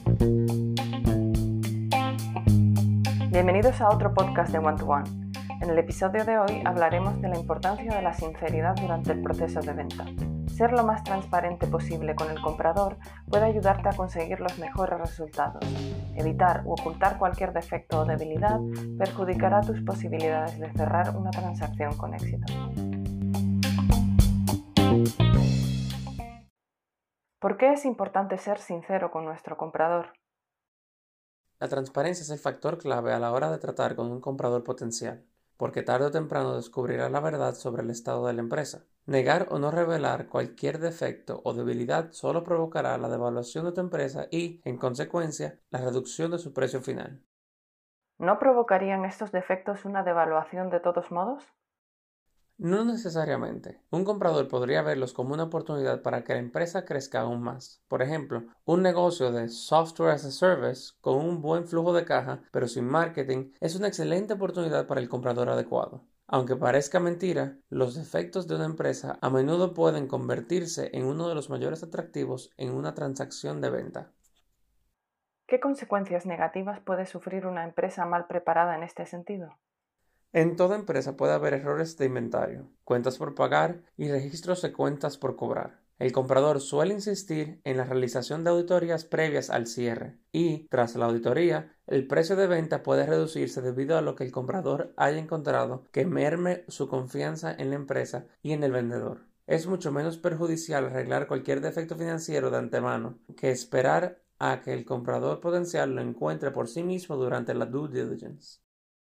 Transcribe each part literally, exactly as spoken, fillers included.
Bienvenidos a otro podcast de One to One. En el episodio de hoy hablaremos de la importancia de la sinceridad durante el proceso de venta. Ser lo más transparente posible con el comprador puede ayudarte a conseguir los mejores resultados. Evitar u ocultar cualquier defecto o debilidad perjudicará tus posibilidades de cerrar una transacción con éxito. ¿Por qué es importante ser sincero con nuestro comprador? La transparencia es el factor clave a la hora de tratar con un comprador potencial, porque tarde o temprano descubrirá la verdad sobre el estado de la empresa. Negar o no revelar cualquier defecto o debilidad solo provocará la devaluación de tu empresa y, en consecuencia, la reducción de su precio final. ¿No provocarían estos defectos una devaluación de todos modos? No necesariamente. Un comprador podría verlos como una oportunidad para que la empresa crezca aún más. Por ejemplo, un negocio de software as a service con un buen flujo de caja, pero sin marketing, es una excelente oportunidad para el comprador adecuado. Aunque parezca mentira, los defectos de una empresa a menudo pueden convertirse en uno de los mayores atractivos en una transacción de venta. ¿Qué consecuencias negativas puede sufrir una empresa mal preparada en este sentido? En toda empresa puede haber errores de inventario, cuentas por pagar y registros de cuentas por cobrar. El comprador suele insistir en la realización de auditorías previas al cierre y, tras la auditoría, el precio de venta puede reducirse debido a lo que el comprador haya encontrado que merme su confianza en la empresa y en el vendedor. Es mucho menos perjudicial arreglar cualquier defecto financiero de antemano que esperar a que el comprador potencial lo encuentre por sí mismo durante la due diligence.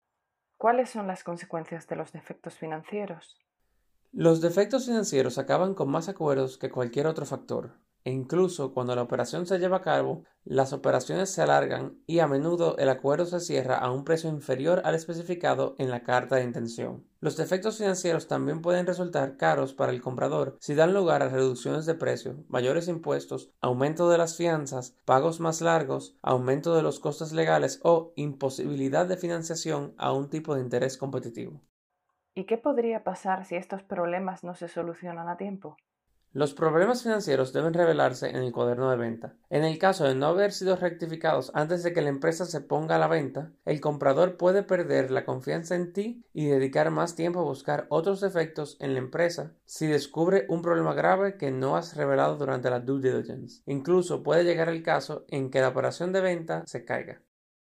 ¿Cuáles son las consecuencias de los defectos financieros? Los defectos financieros acaban con más acuerdos que cualquier otro factor, e incluso cuando la operación se lleva a cabo, las operaciones se alargan y a menudo el acuerdo se cierra a un precio inferior al especificado en la carta de intención. Los defectos financieros también pueden resultar caros para el comprador si dan lugar a reducciones de precio, mayores impuestos, aumento de las fianzas, pagos más largos, aumento de los costos legales o imposibilidad de financiación a un tipo de interés competitivo. ¿Y qué podría pasar si estos problemas no se solucionan a tiempo? Los problemas financieros deben revelarse en el cuaderno de venta. En el caso de no haber sido rectificados antes de que la empresa se ponga a la venta, el comprador puede perder la confianza en ti y dedicar más tiempo a buscar otros defectos en la empresa si descubre un problema grave que no has revelado durante la due diligence. Incluso puede llegar el caso en que la operación de venta se caiga.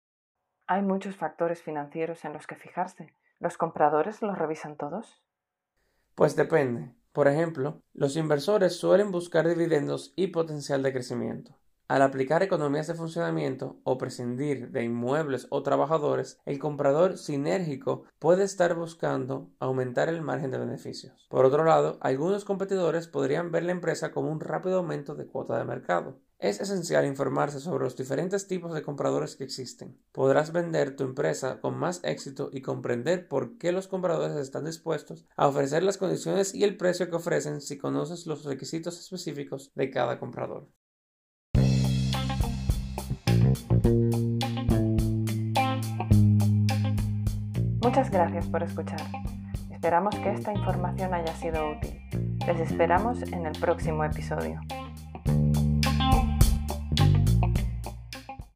Hay muchos factores financieros en los que fijarse. ¿Los compradores los revisan todos? Pues depende. Por ejemplo, los inversores suelen buscar dividendos y potencial de crecimiento. Al aplicar economías de funcionamiento o prescindir de inmuebles o trabajadores, el comprador sinérgico puede estar buscando aumentar el margen de beneficios. Por otro lado, algunos competidores podrían ver la empresa como un rápido aumento de cuota de mercado. Es esencial informarse sobre los diferentes tipos de compradores que existen. Podrás vender tu empresa con más éxito y comprender por qué los compradores están dispuestos a ofrecer las condiciones y el precio que ofrecen si conoces los requisitos específicos de cada comprador. Muchas gracias por escuchar. Esperamos que esta información haya sido útil. Les esperamos en el próximo episodio.